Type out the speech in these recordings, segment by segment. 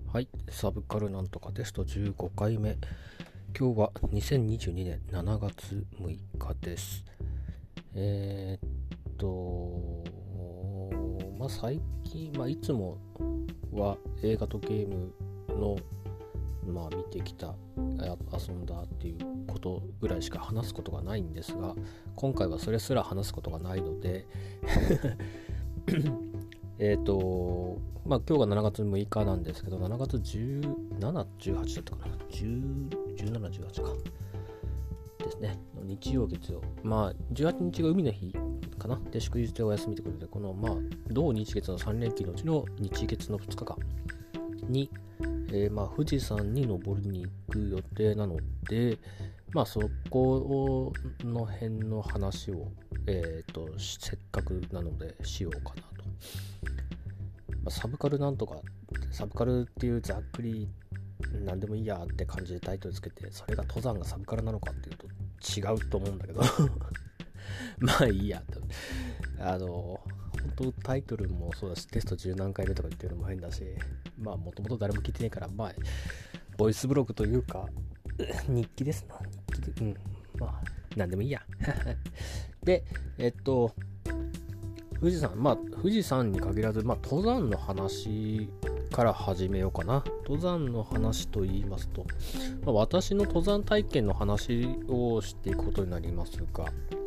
はい、サブカルなんとかテスト15回目。今日は2022年7月6日です。最近、いつもは映画とゲームの、見てきた、遊んだっていうことぐらいしか話すことがないんですが、今回はそれすら話すことがないので、今日が7月6日なんですけど、7月17、18だったかな、17、18かですね、日曜月曜、18日が海の日かなで、祝日でお休みということで、この同日月の3連休のうちの日月の2日間に、富士山に登りに行く予定なので、そこの辺の話を、せっかくなのでしようかなと。サブカルなんとか、サブカルっていうざっくり何でもいいやって感じでタイトルつけて、それが登山がサブカルなのかっていうと違うと思うんだけどいいやと。本当タイトルもそうだし、テスト10何回目とか言ってるのも変だし、もともと誰も聞いてねえから、ボイスブログというか日記ですな、日記で、何でもいいやで、富士山に限らず、登山の話から始めようかな。登山の話と言いますと、私の登山体験の話をしていくことになりますが、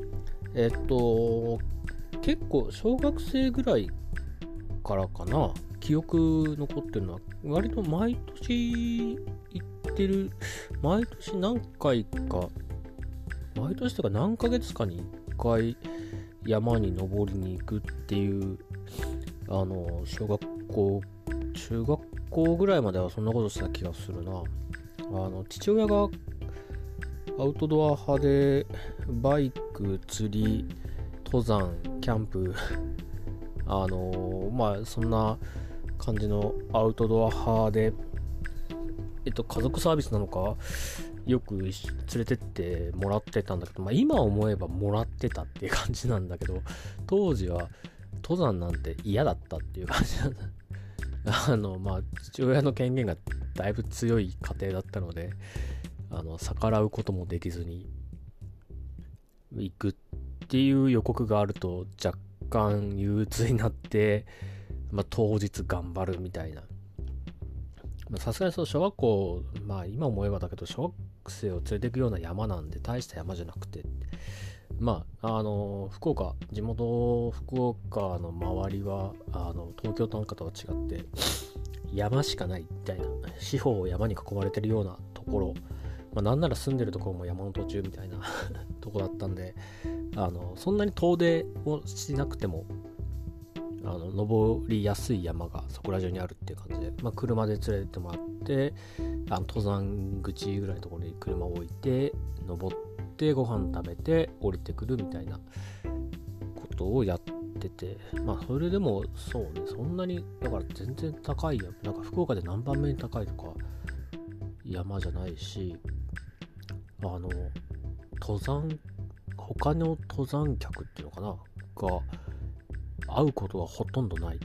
結構小学生ぐらいからかな、記憶残ってるのは、割と毎年行ってる、毎年何回か、毎年とか何ヶ月かに1回山に登りに行くっていう、小学校、中学校ぐらいまではそんなことした気がするな。父親がアウトドア派で、バイク、釣り、登山、キャンプそんな感じのアウトドア派で、家族サービスなのかよく連れてってもらってたんだけど、今思えばもらってたっていう感じなんだけど、当時は登山なんて嫌だったっていう感じなんだ父親の権限がだいぶ強い家庭だったので、逆らうこともできずに行くっていう予告があると若干憂鬱になって、当日頑張るみたいな。さすがに小学校、今思えばだけど、小学生を連れて行くような山なんで大した山じゃなくて、福岡、地元福岡の周りは東京なんかとは違って山しかないみたいな、四方を山に囲まれてるようなところ、なんなら住んでるところも山の途中みたいなとこだったんで、そんなに遠出をしなくても登りやすい山がそこら中にあるっていう感じで、車で連れてってもらって、登山口ぐらいのところに車を置いて登ってご飯食べて降りてくるみたいなことをやってて、それでもそうね、そんなにだから全然高いや、なんか福岡で何番目に高いとか山じゃないし、他の登山客っていうのかなが会うことはほとんどないって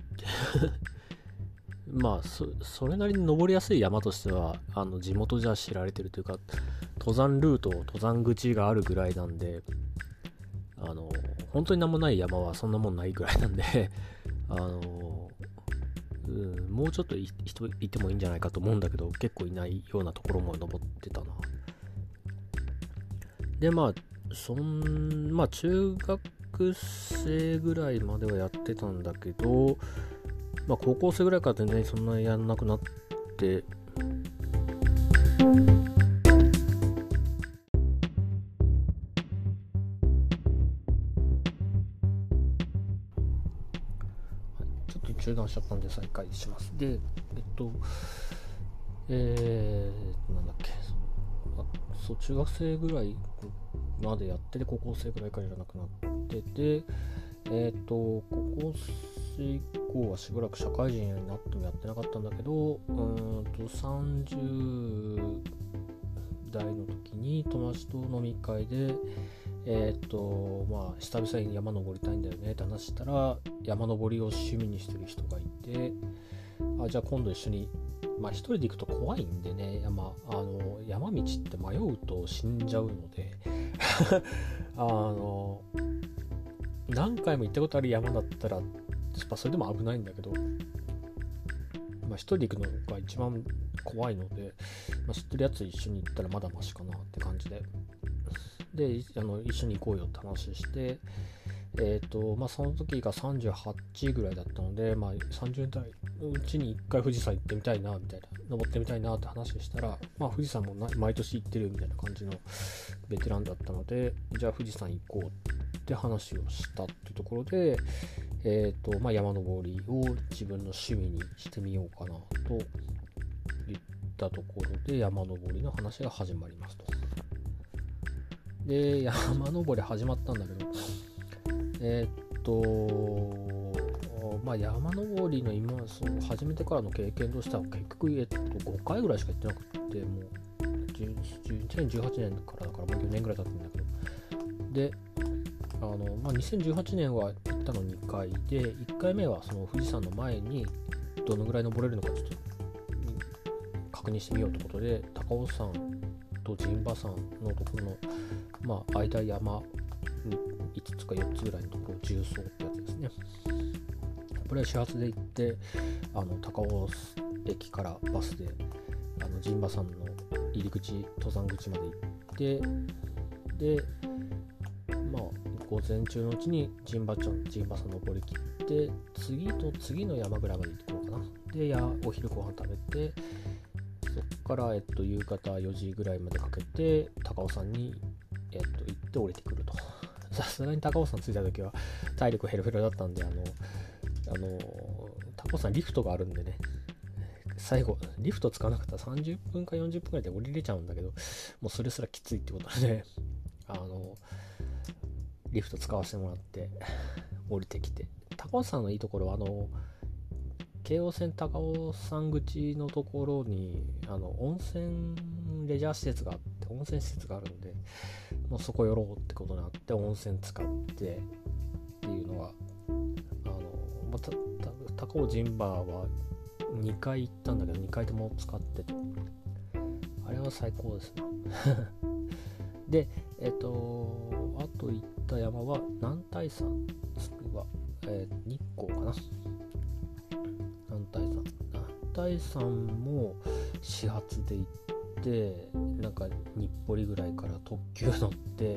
それなりに登りやすい山としては地元じゃ知られてるというか、登山ルート、登山口があるぐらいなんで、本当に何もない山はそんなもんないぐらいなんでもうちょっと人いてもいいんじゃないかと思うんだけど、結構いないようなところも登ってたな。で中学生ぐらいまではやってたんだけど、高校生ぐらいから全然そんなにやんなくなって、ちょっと中断しちゃったんで再開します。で、なんだっけ、中学生ぐらいまでやってて、高校生ぐらいからやらなくなってて、高校生以降はしばらく社会人になってもやってなかったんだけど、30代の時に友達と飲み会で、久々に山登りたいんだよねって話したら、山登りを趣味にしてる人がいて、じゃあ今度一緒にまあ一人で行くと怖いんでね、山道って迷うと死んじゃうので何回も行ったことある山だったらそれでも危ないんだけど、まあ一人で行くのが一番怖いので、まあ、知ってるやつ一緒に行ったらまだマシかなって感じで、一緒に行こうよって話して、まあその時が38ぐらいだったので、まあ30代のうちに1回富士山行ってみたいなみたいな、登ってみたいなって話したら、まあ富士山も毎年行ってるみたいな感じのベテランだったので、じゃあ富士山行こうって話をしたっていうところで、まあ山登りを自分の趣味にしてみようかなと言ったところで、山登りの話が始まりますと。で、山登り始まったんだけど、まあ山登りの始めてからの経験としては結局、5回ぐらいしか行ってなくて、もう2018年からだからもう4年ぐらい経ってるんだけど、で、まあ、2018年は行ったの2回で、1回目はその富士山の前にどのぐらい登れるのかちょっと確認してみようということで、高尾山と陣馬山のところの、まあ、間山5つか4つぐらいのところを重走ってやつですね。これは始発で行って、高尾駅からバスで陣馬山の入り口、登山口まで行って、で、まあ午前中のうちに陣馬山登り切って、次の山ぐらいまで行ってこうかな。で、お昼ご飯食べて、そこから、夕方4時ぐらいまでかけて高尾山に、行って降りてくると。さすがに高尾山着いた時は体力ヘロヘロだったんで、高尾山リフトがあるんでね、最後リフト使わなかったら30分か40分くらいで降りれちゃうんだけど、もうそれすらきついってことで、リフト使わせてもらって降りてきて、高尾山のいいところは京王線高尾山口のところに温泉レジャー施設があって、温泉施設があるんで、もうそこ寄ろうってことになって温泉使ってっていうのは、また高尾陣馬は2回行ったんだけど、2回とも使ってて、あれは最高ですねで、あと行った山は男体山は、日光かな。男体山も始発で行って、なんか日暮里ぐらいから特急乗って、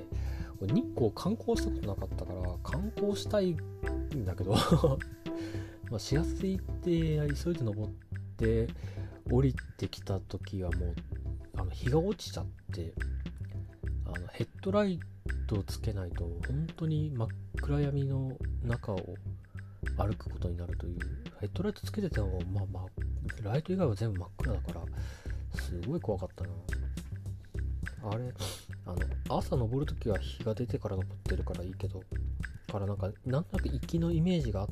日光観光したことなかったから観光したいんだけどまあ始発で行って急いで登って降りてきた時はもう日が落ちちゃって、ヘッドライトをつけないと本当に真っ暗闇の中を歩くことになるという。ヘッドライトつけててもライト以外は全部真っ暗だからすごい怖かったな。あれ朝登るときは日が出てから登ってるからいいけど、なんとなく行きのイメージがあって、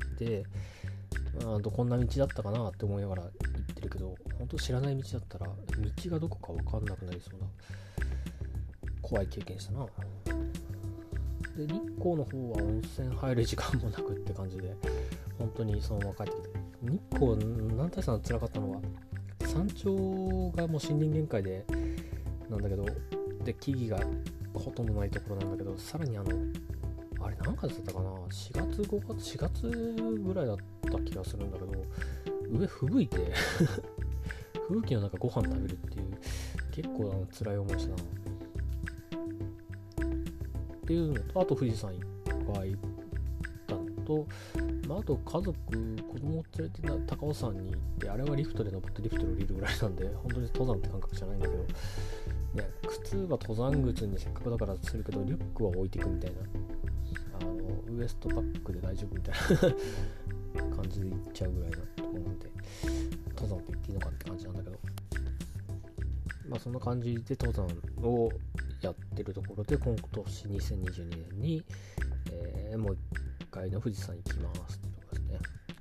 こんな道だったかなって思いながら行ってるけど、本当知らない道だったら道がどこか分かんなくなりそうな怖い経験したな。で、日光の方は温泉入る時間もなくって感じで、本当にそのまま帰ってきて、日光男体山辛かったのは山頂がもう森林限界でなんだけど、で木々がほとんどないところなんだけど、さらにあれ何月だったかな、4月ぐらいだった気がするんだけど、上吹雪いて吹雪の中ご飯食べるっていう、結構辛い思いしたなっていうのと、あと富士山1回行ったのと、あと家族、子供を連れて高尾山に行って、あれはリフトで登ってリフトで降りるぐらいなんで、本当に登山って感覚じゃないんだけど、ね、靴は登山靴にせっかくだからするけど、リュックは置いていくみたいな、ウエストパックで大丈夫みたいな感じで行っちゃうぐらいなところなんで、登山って言っていいのかって感じなんだけど、そんな感じで登山をやってるところで、今年2022年に、もう一回の富士山行きますってところ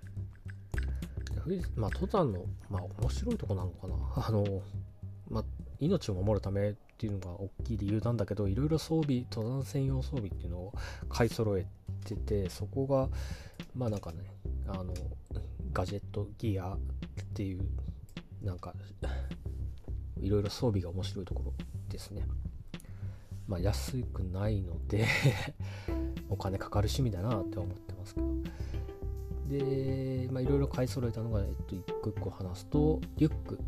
ですね。登山の、面白いとこなのかな。命を守るためっていうのが大きい理由なんだけど、いろいろ装備、登山専用装備っていうのを買い揃えてて、そこがガジェットギアっていうなんかいろいろ装備が面白いところですね。安くないのでお金かかる趣味だなって思ってますけど。で、いろいろ買い揃えたのが、一個一個話すと、リュック、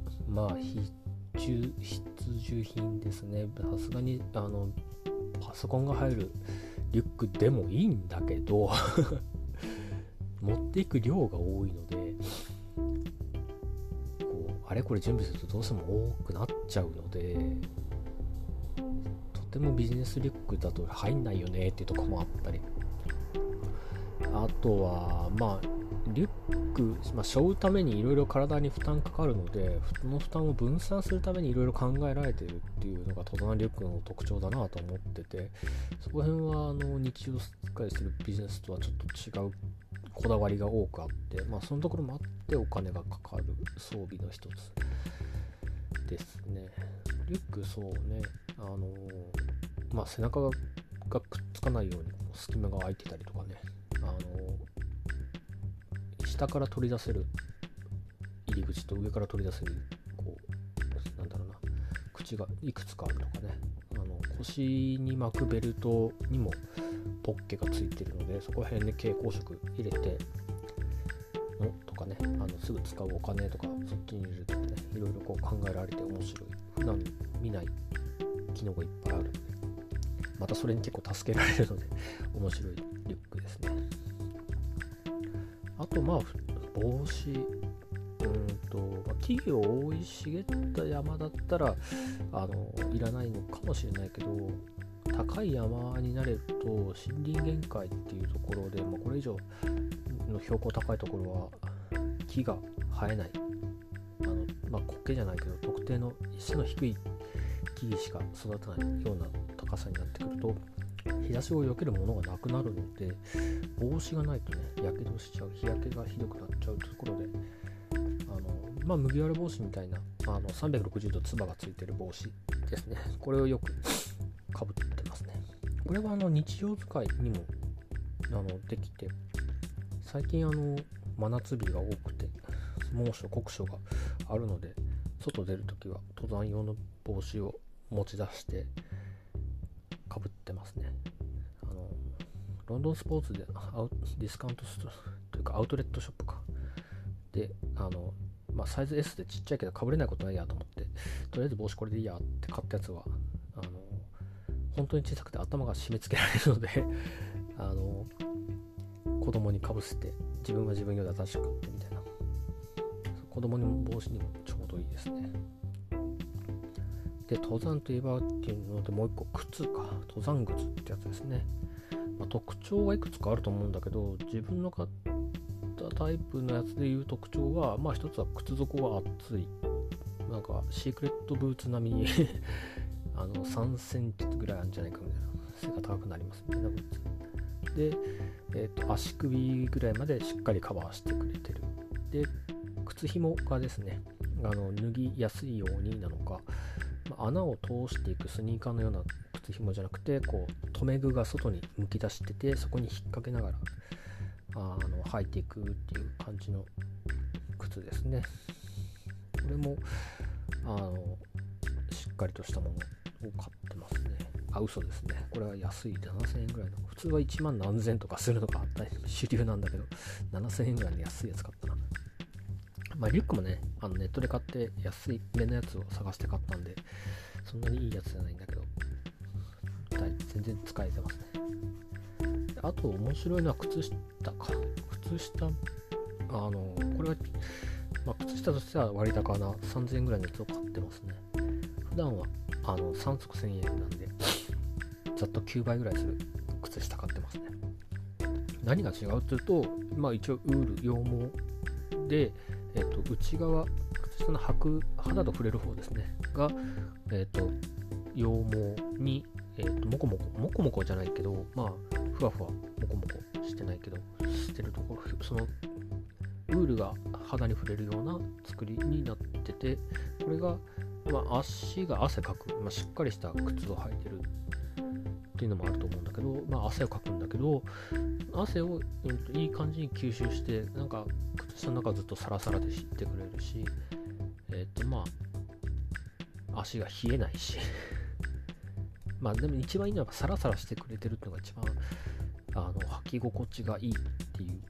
必需品ですね。さすがにパソコンが入るリュックでもいいんだけど持っていく量が多いので、あれこれ準備するとどうしても多くなっちゃうので、とてもビジネスリュックだと入んないよねっていうところもあったり、あとはリュック、背負うためにいろいろ体に負担かかるので、その負担を分散するためにいろいろ考えられているっていうのが登山リュックの特徴だなと思ってて、そこら辺は日常使いするビジネスとはちょっと違うこだわりが多くあって、そのところもあってお金がかかる装備の一つですね。リュック、そうね、背中がくっつかないように隙間が空いてたりとかね、下から取り出せる入り口と上から取り出せる口がいくつかあるとかね、腰に巻くベルトにもポッケがついてるので、そこら辺で蛍光色入れてとかね、すぐ使うお金とかそっちに入れるとかね、いろいろ考えられて面白い、普段見ない機能がいっぱいあるので、またそれに結構助けられるので面白いリュックですね。あと帽子、木々を覆い茂った山だったらいらないのかもしれないけど、高い山になれると森林限界っていうところで、これ以上の標高高いところは木が生えない、苔じゃないけど特定の背の低い木々しか育たないような高さになってくると、日差しを避けるものがなくなるので、帽子がないとね、やけどしちゃう、日焼けがひどくなっちゃうところで、麦わら帽子みたいな360度つばがついてる帽子ですね。これをよくかぶってますね。これは日常使いにもできて、最近真夏日が多くて猛暑酷暑があるので、外出るときは登山用の帽子を持ち出してかぶってますね。ロンドンスポーツでディスカウントストアというかアウトレットショップかでサイズ S でちっちゃいけど被れないことないやと思って、とりあえず帽子これでいいやって買ったやつは本当に小さくて頭が締め付けられるので子供にかぶせて、自分は自分より新しく買ってみたいな、子供の帽子にもちょうどいいですね。で、登山といえばっていうので、もう一個靴か、登山靴ってやつですね。特徴はいくつかあると思うんだけど、自分の買ったタイプのやつでいう特徴は、一つは靴底が厚い、シークレットブーツ並みに3センチぐらいあるんじゃないかみたいな、背が高くなりますね、ブーツで、足首ぐらいまでしっかりカバーしてくれてる。で、靴紐がですね、脱ぎやすいようになのか、穴を通していくスニーカーのような靴紐じゃなくて、留め具が外にむき出してて、そこに引っ掛けながら履いていくっていう感じの靴ですね。これもしっかりとしたものを買ってますね。嘘ですね。これは安い7000円ぐらいの、普通は1万何千とかするのが主流なんだけど、7000円ぐらいの安いやつ買ったな。リュックもね、ネットで買って安い目のやつを探して買ったんで、そんなにいいやつじゃないんだけど、全然使えてますね。あと面白いのは靴下か。靴下、これは、靴下としては割高な3000円ぐらいのやつを買ってますね。普段は3足1000円なんで、ざっと9倍ぐらいする靴下買ってますね。何が違うというと、一応ウール、羊毛で、内側、靴下の履く肌と触れる方ですねが、羊毛に、モコモコじゃないけど、ふわふわモコモコしてないけどしてるところ、そのウールが肌に触れるような作りになってて、これが、足が汗かく、しっかりした靴を履いてるっていうのもあると思うんだけど、汗をかくんだけど、汗を、いい感じに吸収して、靴下の中ずっとサラサラでしてくれるし、 まあ足が冷えないしまあでも一番いいのはサラサラしてくれてるっていうのが一番履き心地がいいっていう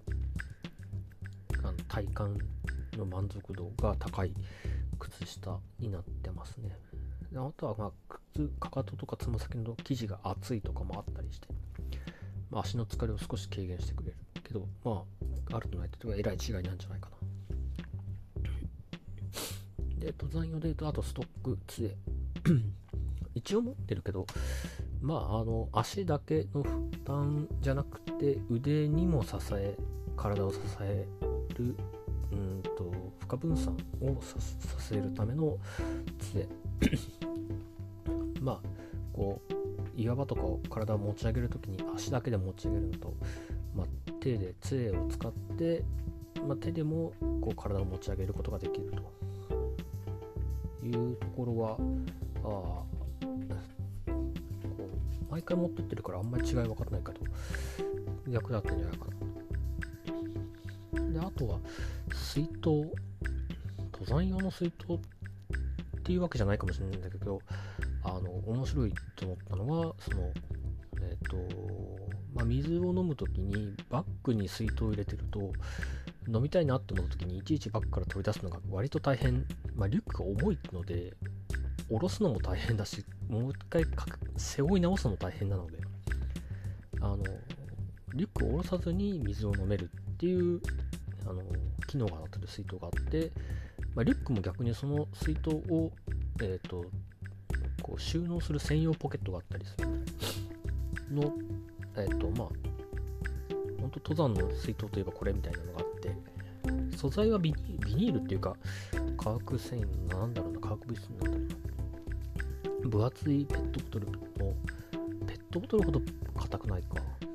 体感の満足度が高い靴下になってますね。であとはかかととかつま先の生地が厚いとかもあったりして、足の疲れを少し軽減してくれるけど、あるとないとはえらい違いなんじゃないかな。で登山用でいうと、あとストック杖一応持ってるけど、足だけの負担じゃなくて腕にも体を支える負荷分散をさせるための杖岩場とかを体を持ち上げるときに足だけで持ち上げるのと、手で杖を使って、手でも体を持ち上げることができるというところは毎回持ってってるからあんまり違い分からないけど役立ってんじゃないかな。であとは水筒、登山用の水筒っていうわけじゃないかもしれないんだけど、面白いと思ったのは水を飲むときにバッグに水筒を入れてると、飲みたいなって思ったときにいちいちバッグから取り出すのが割と大変、リュックが重いので下ろすのも大変だし、もう一回背負い直すのも大変なので、リュックを下ろさずに水を飲めるっていう機能がなってる水筒があって、リュックも逆にその水筒を収納する専用ポケットがあったりするの本当登山の水筒といえばこれみたいなのがあって、素材はビニールっていうか化学繊維化学物質なんだろうな、分厚いペットボトルほど硬くないか、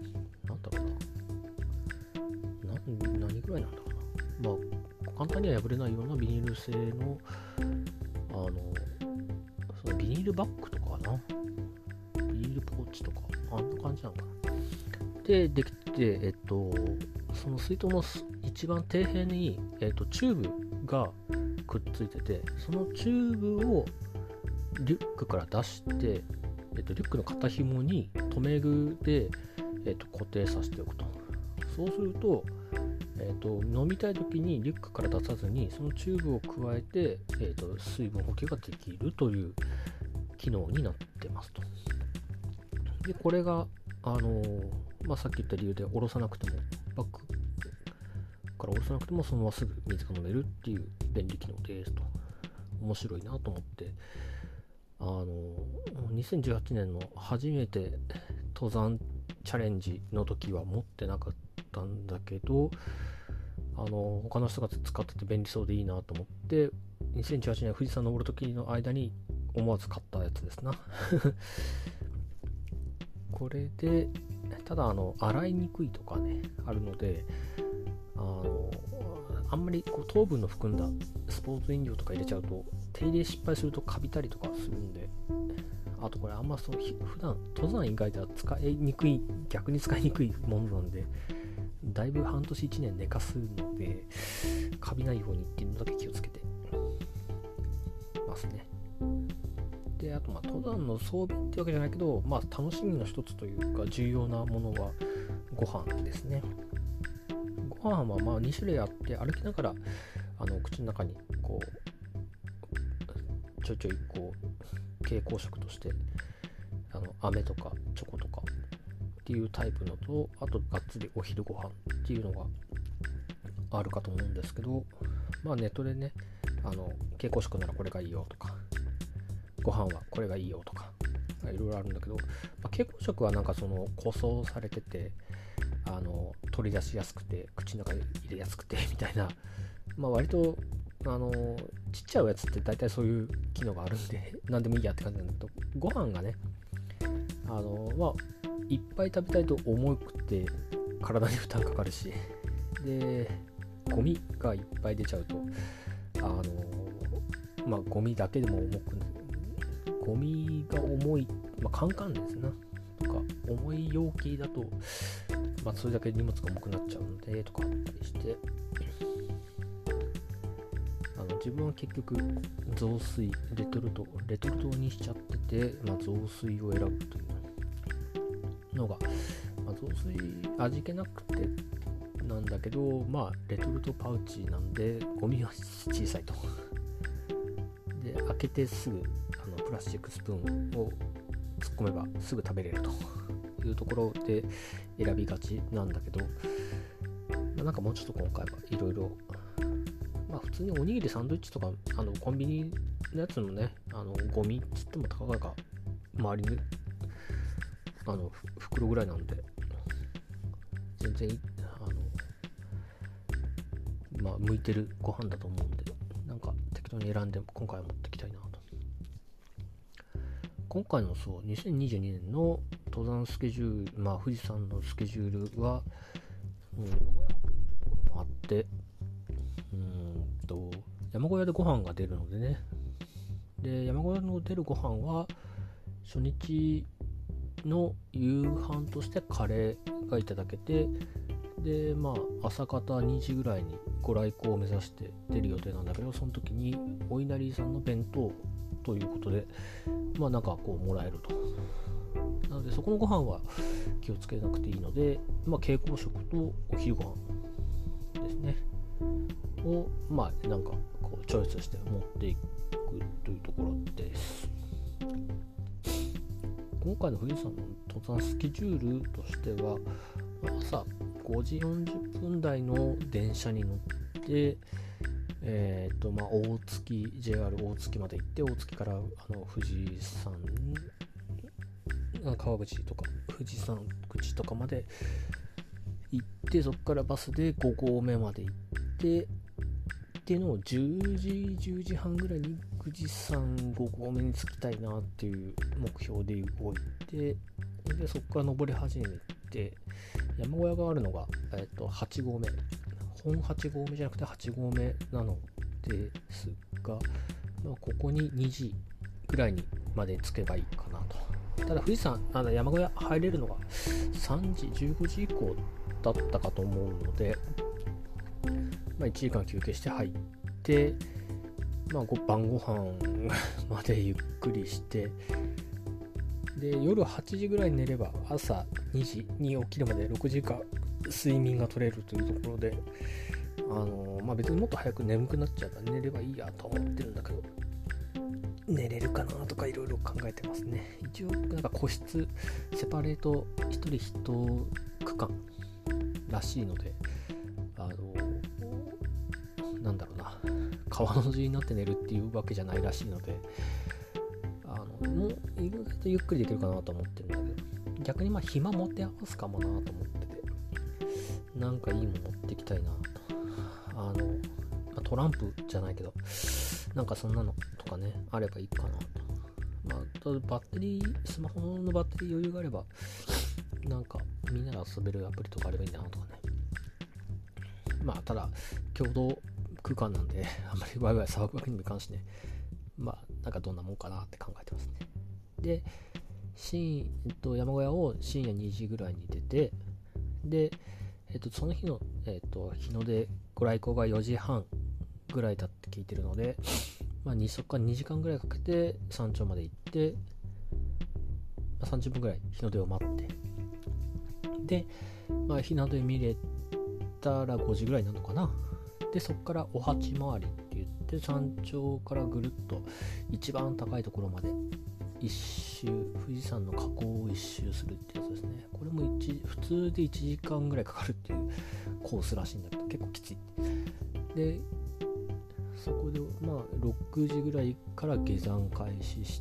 何ぐらいなんだろうな、簡単には破れないようなビニール製のそのビニールバッグとかかな、ビニールポーチとかあんな感じなのかな。できて、その水筒の一番底辺に、チューブがくっついてて、そのチューブをリュックから出して、リュックの肩紐に留め具で、固定させておくと。そうすると、飲みたい時にリュックから出さずにそのチューブを加えて、水分補給ができるという機能になってますと。でこれがさっき言った理由で下ろさなくても、バッグから下ろさなくてもそのまますぐ水が飲めるっていう便利機能ですと。面白いなと思って、2018年の初めて登山チャレンジの時は持ってなかったんだけど、他の人が使ってて便利そうでいいなと思って、2018年富士山登る時の間に思わず買ったやつですなこれでただ洗いにくいとかねあるので、あんまり糖分の含んだスポーツ飲料とか入れちゃうと手入れ失敗するとカビたりとかするんで、あとこれあんま普段登山以外では逆に使いにくいものなんで、だいぶ半年1年寝かすのでカビないようにっていうのだけ気をつけてますね。であと登山の装備ってわけじゃないけど、楽しみの一つというか重要なものはご飯ですね。ご飯は2種類あって、歩きながら口の中にちょいちょい経口食として飴とかチョコとかっていうタイプのと、あとがっつりお昼ご飯っていうのがあるかと思うんですけど、ネットでね経口食ならこれがいいよとか、ご飯はこれがいいよとかいろいろあるんだけど、経口食は個装されてて取り出しやすくて口の中に入れやすくてみたいな、割とちっちゃいやつって大体そういう機能があるんで何でもいいやって感じなんだけど、ご飯がねいっぱい食べたいと重くて体に負担かかるし、でゴミがいっぱい出ちゃうとゴミだけでもゴミが重い、カンカンですなとか重い容器だと、それだけ荷物が重くなっちゃうのでとかあったりして、 自分は結局雑炊レトルトにしちゃってて、雑炊を選ぶというのが、雑炊味気なくてなんだけど、レトルトパウチなんでゴミは小さいと。で開けてすぐプラスチックスプーンを突っ込めばすぐ食べれるというところで選びがちなんだけど、なんかもうちょっと今回はいろいろ、普通におにぎりサンドイッチとかコンビニのやつもね、ゴミっつってもたかが周りに袋ぐらいなんで全然向いてるご飯だと思うんで、なんか適当に選んで今回は持ってきたいなと。今回の2022年の登山スケジュール、富士山のスケジュールは名古屋泊というところもあって、山小屋でご飯が出るのでね。で山小屋の出るご飯は初日の夕飯としてカレーがいただけて、で朝方2時ぐらいにご来光を目指して出る予定なんだけど、その時にお稲荷さんの弁当ということでなんかこうもらえると。なのでそこのご飯は気をつけなくていいので、蛍光食とお昼ご飯ですねをなんかこうチョイスして持っていくというところです。今回の富士山の登山スケジュールとしては、朝5時40分台の電車に乗って、大月 JR 大月まで行って、大月から富士山川口とか富士山口とかまで行って、そこからバスで5合目まで行ってっていうのを10時半ぐらいに富士山5合目に着きたいなっていう目標で動いて、でそこから登り始めて、山小屋があるのが、8合目、本8合目じゃなくて8合目なのですが、ここに2時ぐらいにまで着けばいいかなと。ただ富士山山小屋入れるのが3時15時以降だったかと思うので、1時間休憩して入って、晩ご飯までゆっくりして、で夜8時ぐらいに寝れば朝2時に起きるまで6時間睡眠が取れるというところで、別にもっと早く眠くなっちゃうから寝ればいいやと思ってるんだけど、寝れるかなとかいろいろ考えてますね。一応なんか個室セパレート1人1区間らしいので、川の字になって寝るっていうわけじゃないらしいので、もう意外とゆっくりできるかなと思ってるんだけど、逆に暇持て余すかもなと思ってて、なんかいいもの持ってきたいなと。トランプじゃないけど、なんかそんなのとかねあればいいかなと。バッテリー、スマホのバッテリー余裕があれば、なんかみんなで遊べるアプリとかあればいいんだなとかね。ただ共同空間なんであんまりワイワイ騒ぐわけにもいかんしね、なんかどんなもんかなって考えてますね。で山小屋を深夜2時ぐらいに出て、で、その日の、日の出ご来光が4時半ぐらいだって聞いてるので、そこから2時間ぐらいかけて山頂まで行って、30分ぐらい日の出を待って、で、日の出見れたら5時ぐらいになるのかな。でそこからお鉢回りって言って山頂からぐるっと一番高いところまで一周、富士山の火口を一周するってやつですね。これも普通で1時間ぐらいかかるっていうコースらしいんだけど、結構きつい。でそこで6時ぐらいから下山開始して、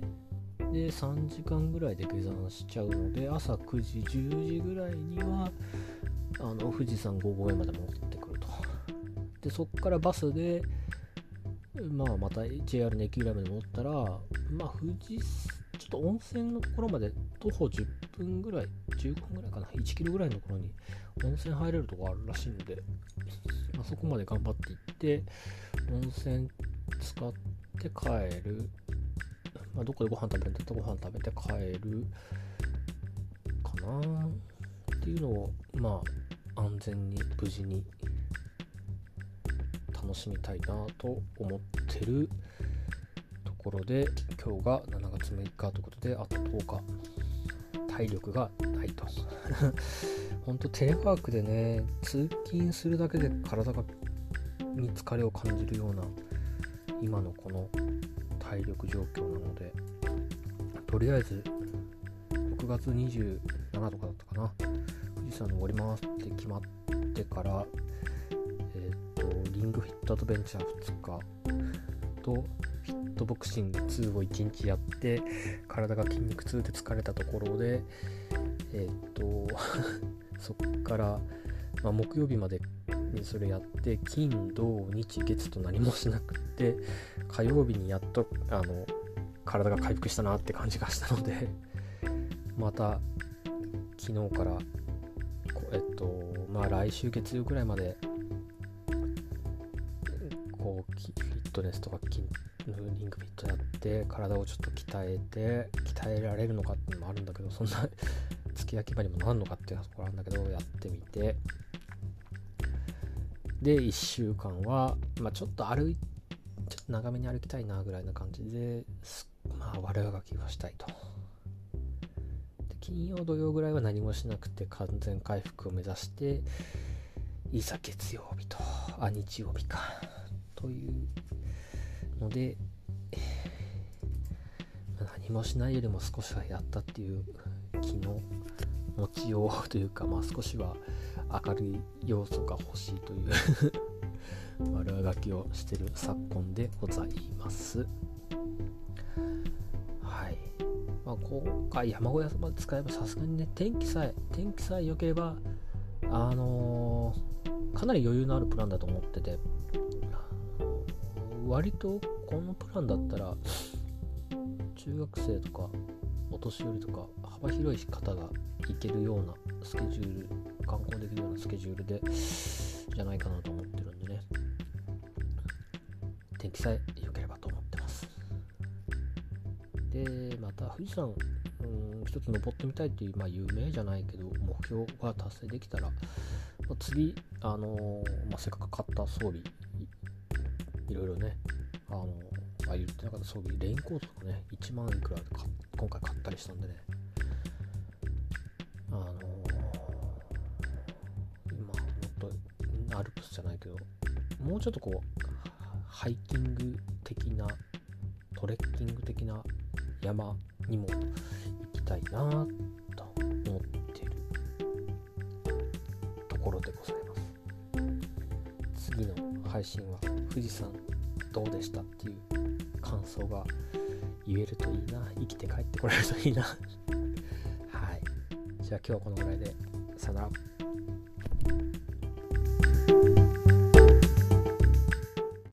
で3時間ぐらいで下山しちゃうので、朝9時10時ぐらいには富士山5合目まで戻ってくると。でそこからバスでまた JR の駅ぐらいまで戻ったら、ちょっと温泉のところまで徒歩10分ぐらい、15分ぐらいかな、1キロぐらいのところに温泉入れるところあるらしいので、そこまで頑張って行って温泉使って帰る、どこでご飯食べるんだったらご飯食べて帰るかなっていうのを安全に無事に楽しみたいなと思ってるところで、今日が7月6日ということで、あと10日体力がないと本当テレワークでね、通勤するだけで体に疲れを感じるような今のこの体力状況なので、とりあえず6月27とかだったかな、富士山登りますって決まってから、リングフィットアドベンチャー2日とフィットボクシング2を1日やって、体が筋肉痛で疲れたところでそっから、木曜日までにそれやって、金土日月と何もしなくって、火曜日にやっと体が回復したなって感じがしたので、また昨日から来週月曜ぐらいまでこうフィットネスとかリングフィットやって体をちょっと鍛えられるのかっていうのもあるんだけど、そんな付け焼き場にもなるのかっていうところあるんだけど、やってみて、で1週間は、ちょっと長めに歩きたいなぐらいな感じで、悪あがきをしたいと。で金曜土曜ぐらいは何もしなくて完全回復を目指して、いざ日曜日日曜日かというので、何もしないよりも少しはやったっていう気の持ちようというか、少しは明るい要素が欲しいという悪あがきをしている昨今でございます。はい。今回山小屋まで使えばさすがにね、天気さえ良ければかなり余裕のあるプランだと思ってて、割とこのプランだったら中学生とかお年寄りとか幅広い方が行けるようなスケジュール、観光できるようなスケジュールでじゃないかなと思ってるんでね、天気さえ良ければと思ってます。でまた富士山一つ登ってみたいっていう、夢じゃないけど目標が達成できたら、次せっかく買った装備いろいろね、言ってなかった装備、レインコートとかね、1万いくらで今回買ったりしたんでね、今もっとアルプスじゃないけど、もうちょっとこうハイキング的なトレッキング的な山にも行きたいなと思っているところでございます。次の配信は富士山どうでしたっていう感想が言えるといいな、生きて帰ってこられるといいなはい、じゃあ今日はこのぐらいで、さよなら。